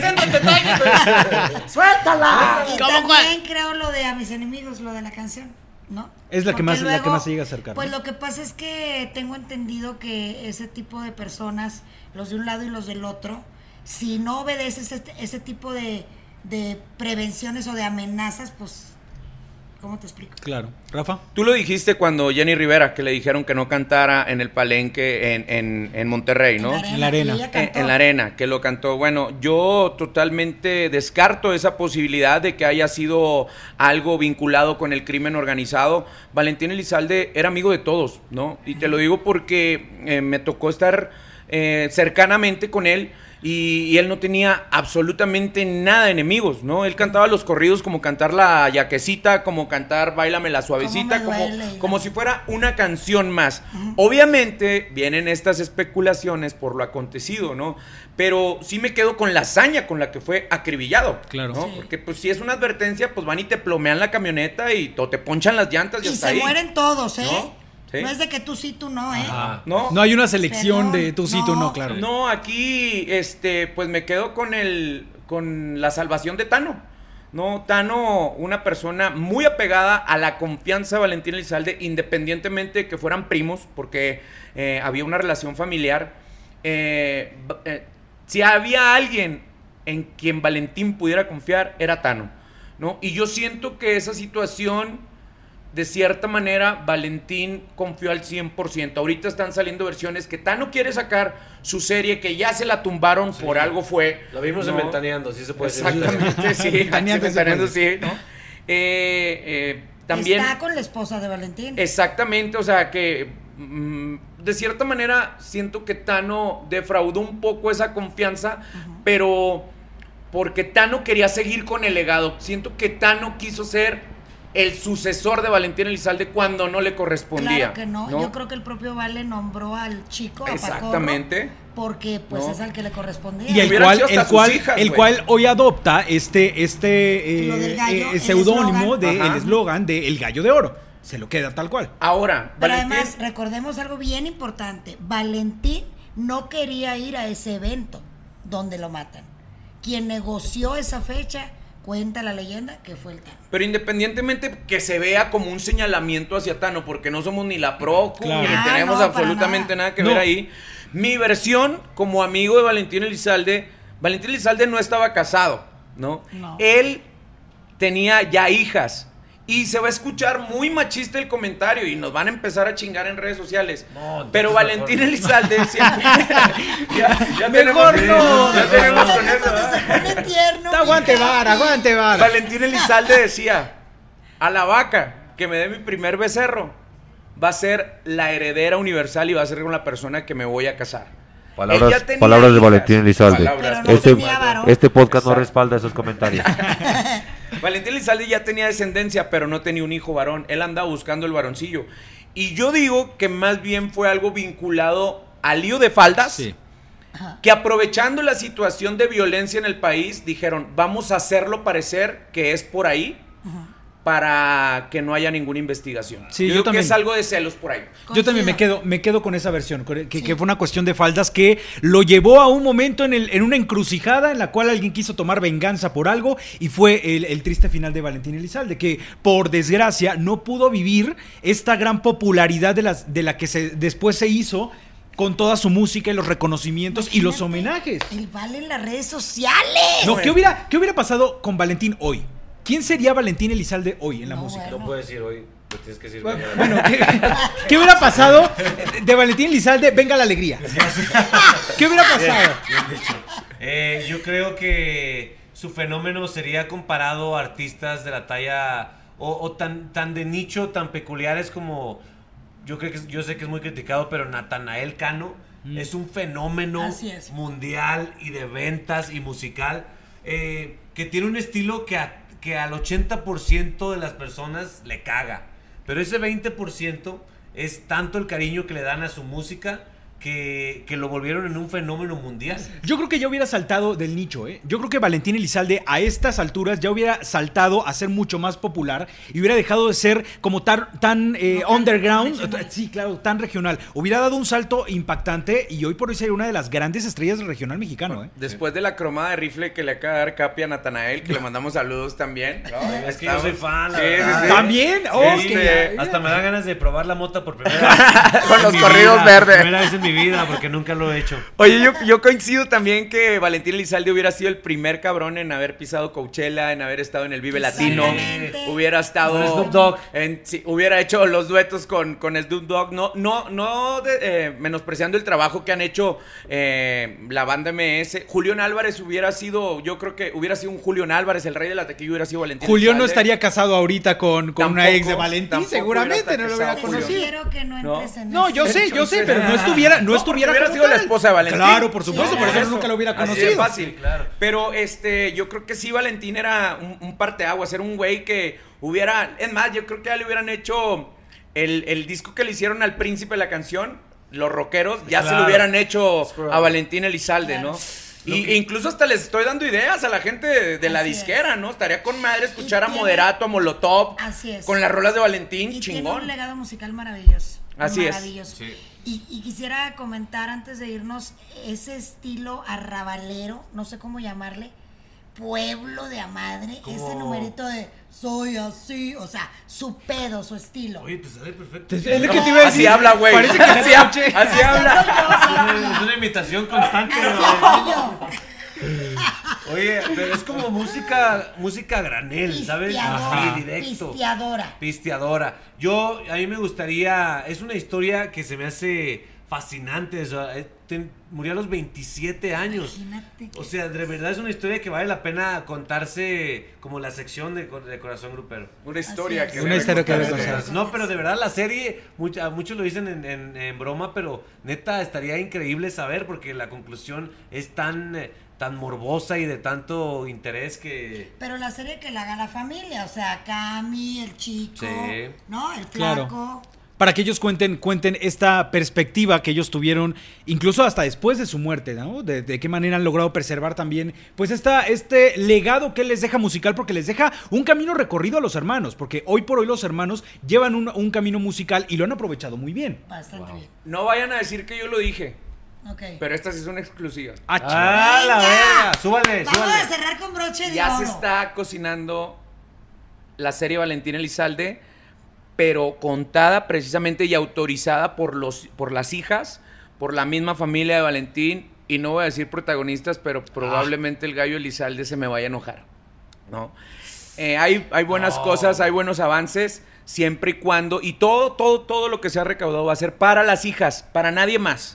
¡Suéltala! Y ¿Cómo también cuál? creo lo de A mis enemigos, lo de la canción, ¿no? Es la que Porque más se llega a acercar, Pues ¿no? lo que pasa es que tengo entendido que ese tipo de personas, los de un lado y los del otro, si no obedeces ese tipo de prevenciones o de amenazas, pues, ¿cómo te explico? Claro. Rafa. Tú lo dijiste cuando Jenny Rivera, que le dijeron que no cantara en el Palenque en Monterrey, ¿no? En la arena. Y ella cantó. En la arena, que lo cantó. Bueno, yo totalmente descarto esa posibilidad de que haya sido algo vinculado con el crimen organizado. Valentín Elizalde era amigo de todos, ¿no? Y te lo digo porque me tocó estar cercanamente con él. Y él no tenía absolutamente nada de enemigos, ¿no? Él cantaba los corridos como cantar La Yaquecita, como cantar Báilame la Suavecita, como si fuera una canción más. Obviamente vienen estas especulaciones por lo acontecido, ¿no? Pero sí me quedo con la hazaña con la que fue acribillado, Claro. ¿no? Sí. Porque pues si es una advertencia, pues van y te plomean la camioneta y te ponchan las llantas y Y hasta se ahí. mueren todos, ¿eh? ¿No? Sí. No es de que tú sí, tú no, ¿eh? Ajá. ¿No? No hay una selección Perdón, de tú sí, tú no, claro. No, aquí, pues me quedo con la salvación de Tano. No, Tano, una persona muy apegada a la confianza de Valentín Elizalde, independientemente de que fueran primos, porque había una relación familiar. Si había alguien en quien Valentín pudiera confiar, era Tano, ¿no? Y yo siento que esa situación, de cierta manera, Valentín confió al 100%. Ahorita están saliendo versiones que Tano quiere sacar su serie, que ya se la tumbaron, por algo fue. Lo vimos ¿no? en Ventaneando, sí se puede decir. Exactamente, sí. Ventaneando se Ventaneando, puede. sí, ¿no? También... Está con la esposa de Valentín. Exactamente, o sea que de cierta manera siento que Tano defraudó un poco esa confianza, pero porque Tano quería seguir con el legado. Siento que Tano quiso ser el sucesor de Valentín Elizalde cuando no le correspondía. Claro que no. Yo creo que el propio Vale nombró al chico, a Exactamente. Pacorro, porque pues No. es al que le correspondía. Y el Hubieran cual, sido hasta el cual, sus hijas, el güey. cual hoy adopta Lo del gallo, el seudónimo eslogan. del eslogan de El Gallo de Oro. Se lo queda tal cual. Ahora, Pero Valentín, además, recordemos algo bien importante. Valentín no quería ir a ese evento donde lo matan. Quien negoció esa fecha, cuenta la leyenda, que fue el Tano. pero independientemente que se vea como un señalamiento hacia Tano, porque no somos ni la Procu, Claro. ni Ah, tenemos no, absolutamente para nada que No. ver ahí. Mi versión, como amigo de Valentín Elizalde no estaba casado, ¿no? No. Él tenía ya hijas. Y se va a escuchar muy machista el comentario y nos van a empezar a chingar en redes sociales. No, pero entonces Valentín mejor. Elizalde siempre... ya Mejor tenemos, no. ya tenemos con Cuando eso, ¿verdad? se pone tierno, Aguante mija. vara, aguante vara. Valentín Elizalde decía: a la vaca que me dé mi primer becerro va a ser la heredera universal y va a ser con la persona que me voy a casar. Él ya tenía Palabras de hijas. Valentín Elizalde. Palabras. Pero no Este, tenía varón. este podcast no Exacto. respalda esos comentarios. Valentín Elizalde ya tenía descendencia, pero no tenía un hijo varón. Él andaba buscando el varoncillo. Y yo digo que más bien fue algo vinculado al lío de faldas. Sí. Que aprovechando la situación de violencia en el país, dijeron, vamos a hacerlo parecer que es por ahí. para que no haya ninguna investigación. Sí, yo yo creo que también. es algo de celos por ahí. Yo también me quedo con esa versión, que fue una cuestión de faldas que lo llevó a un momento en una encrucijada en la cual alguien quiso tomar venganza por algo y fue el triste final de Valentín Elizalde, que por desgracia no pudo vivir esta gran popularidad de la que después se hizo con toda su música y los reconocimientos. Imagínate, y los homenajes. El vale en las redes sociales. No, ¿qué hubiera pasado con Valentín hoy? ¿Quién sería Valentín Elizalde hoy en la música? No puedes decir hoy, pues tienes que decir bueno, ¿qué hubiera pasado de Valentín Elizalde? Venga la alegría. ¿Qué hubiera pasado? Bien dicho. Yo creo que su fenómeno sería comparado a artistas de la talla o tan de nicho, tan peculiares como yo sé que es muy criticado, pero Natanael Cano es un fenómeno mundial y de ventas y musical, que tiene un estilo que al 80% de las personas le caga, pero ese 20% es tanto el cariño que le dan a su música que lo volvieron en un fenómeno mundial. Yo creo que ya hubiera saltado del nicho, ¿eh? Yo creo que Valentín Elizalde a estas alturas ya hubiera saltado a ser mucho más popular y hubiera dejado de ser como tan underground, sí, claro, tan regional. Hubiera dado un salto impactante y hoy por hoy sería una de las grandes estrellas del regional mexicano, ¿eh? Después de la cromada de rifle que le acaba de dar Capi a Natanael, que le mandamos saludos también. ¿No? Es que yo soy fan, sí. ¿También? Hasta me da ganas de probar la mota por primera vez. Con los corridos verdes. Primera vez en mi vida, porque nunca lo he hecho. Oye, yo coincido también que Valentín Elizalde hubiera sido el primer cabrón en haber pisado Coachella, en haber estado en el Vive Latino. Hubiera estado con Snoop Dogg. Hubiera hecho los duetos con Snoop Dogg. No menospreciando el trabajo que han hecho la banda MS. Julián Álvarez yo creo que hubiera sido un Julián Álvarez, el rey de la taquilla, hubiera sido Valentín Julián Elizalde. no estaría casado ahorita con una ex de Valentín, seguramente no lo hubiera Te conocido. sugiero que no entres en No, yo sé, pero no estuviera hubiera sido la esposa de Valentín. Claro, por supuesto, por eso nunca lo hubiera conocido. Así de fácil. Claro. Pero yo creo que sí, Valentín era un parteaguas, era un güey que hubiera, es más, yo creo que ya le hubieran hecho el disco que le hicieron al príncipe de la canción, los rockeros, ya se lo hubieran hecho a Valentín Elizalde, ¿no? Y incluso hasta les estoy dando ideas a la gente de la disquera, ¿no? Estaría con madre escuchar a Moderato, a Molotov, con las rolas de Valentín, chingón. Tiene un legado musical maravilloso. Así maravilloso. es. Sí. Y quisiera comentar antes de irnos ese estilo arrabalero, no sé cómo llamarle, pueblo de a madre, ese numerito de soy así, o sea, su pedo, su estilo. Oye, te sale perfecto. Es lo que te iba a decir. Así habla, güey. Parece que así habla. Es una imitación constante. Oye, pero es como música a granel, ¿sabes? Pisteadora, directo. Pisteadora. A mí me gustaría, es una historia que se me hace fascinante, o sea, murió a los 27 años. Imagínate. O sea, de verdad es una historia que vale la pena contarse como la sección de Corazón Grupero. Una historia que debe contarse. No, pero de verdad la serie, muchos lo dicen en broma, pero neta estaría increíble saber porque la conclusión es tan morbosa y de tanto interés que... Pero la serie que la haga la familia, o sea, Cami, el chico, sí, ¿no? El flaco. Claro. Para que ellos cuenten esta perspectiva que ellos tuvieron, incluso hasta después de su muerte, ¿no? De qué manera han logrado preservar también, pues este legado que les deja musical, porque les deja un camino recorrido a los hermanos, porque hoy por hoy los hermanos llevan un camino musical y lo han aprovechado muy bien. Bastante bien. No vayan a decir que yo lo dije. Ok. Pero esta sí es una exclusiva. ¡La verga! Súbale. Vamos a cerrar con broche de Ya oro. se está cocinando la serie Valentín Elizalde, pero contada precisamente y autorizada por las hijas, por la misma familia de Valentín, y no voy a decir protagonistas, pero probablemente el gallo Elizalde se me vaya a enojar, ¿no? Hay buenas cosas, hay buenos avances, siempre y cuando, y todo lo que se ha recaudado va a ser para las hijas, para nadie más.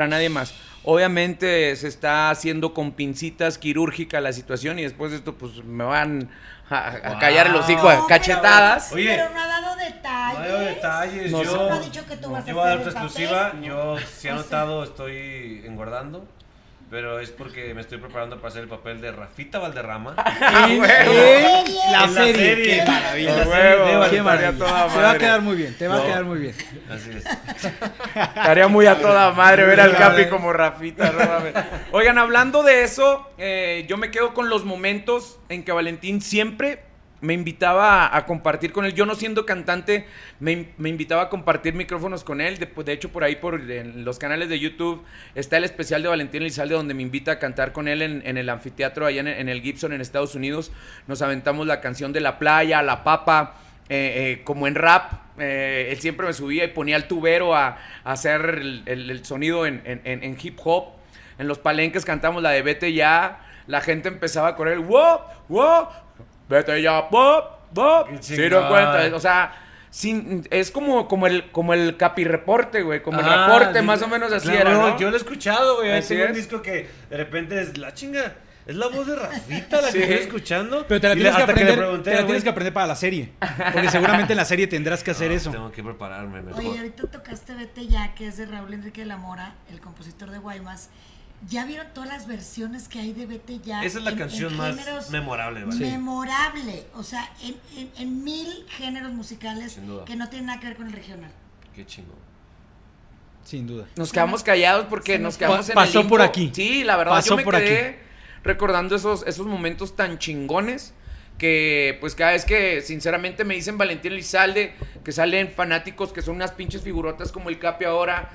Obviamente se está haciendo con pincitas quirúrgica la situación y después de esto pues me van a callar el hocico a cachetadas. Oye, pero no ha dado detalles. No, No ha dicho que tú vas a yo voy a dar hacer otra el exclusiva. papel. Yo, si he notado, estoy engordando. Pero es porque me estoy preparando para hacer el papel de Rafita Valderrama. La En serie. Qué maravilla. En la serie de Qué Valentín. maravilla. Te va a quedar muy bien. Así es. Estaría muy a toda madre ver al Capi como Rafita. No mames. Oigan, hablando de eso, yo me quedo con los momentos en que Valentín siempre me invitaba a compartir con él. Yo no siendo cantante, me invitaba a compartir micrófonos con él. De hecho, por ahí, en los canales de YouTube, está el especial de Valentín Elizalde, donde me invita a cantar con él en el anfiteatro allá en el Gibson, en Estados Unidos. Nos aventamos la canción de La Playa, La Papa, como en rap. Él siempre me subía y ponía el tubero a hacer el sonido en hip hop. En los palenques cantamos la de Vete Ya. La gente empezaba a correr, wow, wow, vete ya, pop, pop. Si no cuenta, o sea, es como el Capi Reporte, güey, como el reporte, más o menos así era, ¿no? Yo lo he escuchado, güey. Así Tengo un es. disco que de repente es la chinga. Es la voz de Rafita la que estoy escuchando. Pero te la Y tienes que hasta aprender, le pregunté, te la güey, tienes que aprender para la serie. Porque seguramente en la serie tendrás que hacer eso. Tengo que prepararme mejor. Oye, ahorita tocaste Vete Ya, que es de Raúl Enrique de la Mora, el compositor de Guaymas. ¿Ya vieron todas las versiones que hay de Vete Ya? Esa es la canción más géneros memorable, ¿vale? Memorable. O sea, en 1000 géneros musicales Sin duda. que no tienen nada que ver con el regional. Qué chingón. Sin duda. Nos quedamos callados porque nos quedamos en pasó el limbo. por aquí. Sí, la verdad, Pasó yo me por quedé recordando esos momentos tan chingones que pues cada vez que sinceramente me dicen Valentín Elizalde, que salen fanáticos que son unas pinches figurotas como el Capi ahora,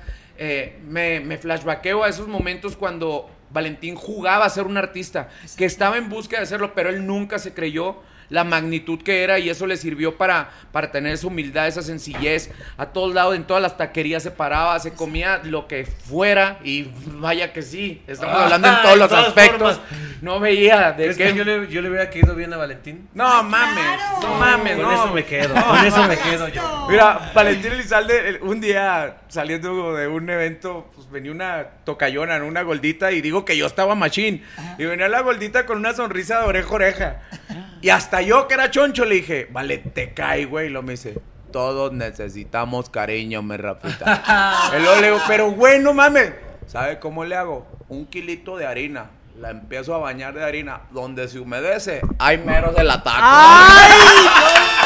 me flashbackeo a esos momentos cuando Valentín jugaba a ser un artista, que estaba en busca de hacerlo, pero él nunca se creyó la magnitud que era y eso le sirvió para tener esa humildad, esa sencillez. A todos lados, en todas las taquerías se paraba, se comía lo que fuera y vaya que sí, estamos hablando en todos los aspectos. No veía de ¿Es qué... que yo le hubiera caído bien a Valentín? No mames, claro. no mames, Con no. eso me quedo, con eso me quedo yo. Mira, Valentín Elizalde, un día saliendo de un evento, pues venía una tocayona, una goldita, y digo que yo estaba machín. Y venía la goldita con una sonrisa de oreja a oreja. Y hasta yo, que era choncho, le dije, vale, te cae, güey. Y luego me dice, todos necesitamos cariño, me Rafita. Y luego le digo, pero güey, no mames. ¿Sabe cómo le hago? 1 kilito de harina. La empiezo a bañar de harina. Donde se humedece, ahí mero se la taco.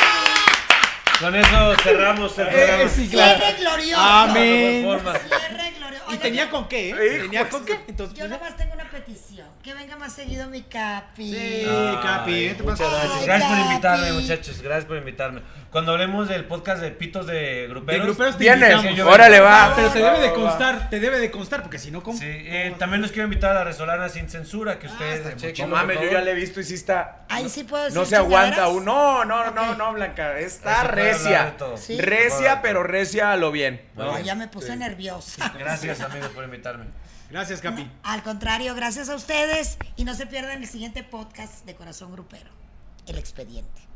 Con eso cerramos el programa. Sí, claro. Cierre glorioso. Amén. Cierre glorioso. ¿Y Oigan, tenía con qué? Hijo, ¿Tenía con qué? Entonces, yo nomás tengo una petición. Que venga más seguido mi Capi. Sí, Capi, ¿qué te Muchas pasa? gracias. Ay, Gracias por Capi. invitarme, muchachos. Gracias por invitarme. Cuando hablemos del podcast de pitos de gruperos. De gruperos te Vienes, invitamos. yo órale, va. Pero te debe de Va, va. constar, te debe de constar, porque si no, ¿cómo? Sí, también los quiero invitar a la Resolana Sin Censura, que ustedes está chequen. No mames, yo ya le he visto y sí está... Ahí sí puedo decir No se aguanta chingaderas. aún. No, Blanca. Está Eso puede hablar recia. de todo. Sí. Recia, pero recia a lo bien. No, ya me puse nerviosa. Gracias, amigos, por invitarme. Gracias, Capi. Al contrario, gracias a ustedes y no se pierdan el siguiente podcast de Corazón Grupero, El Expediente.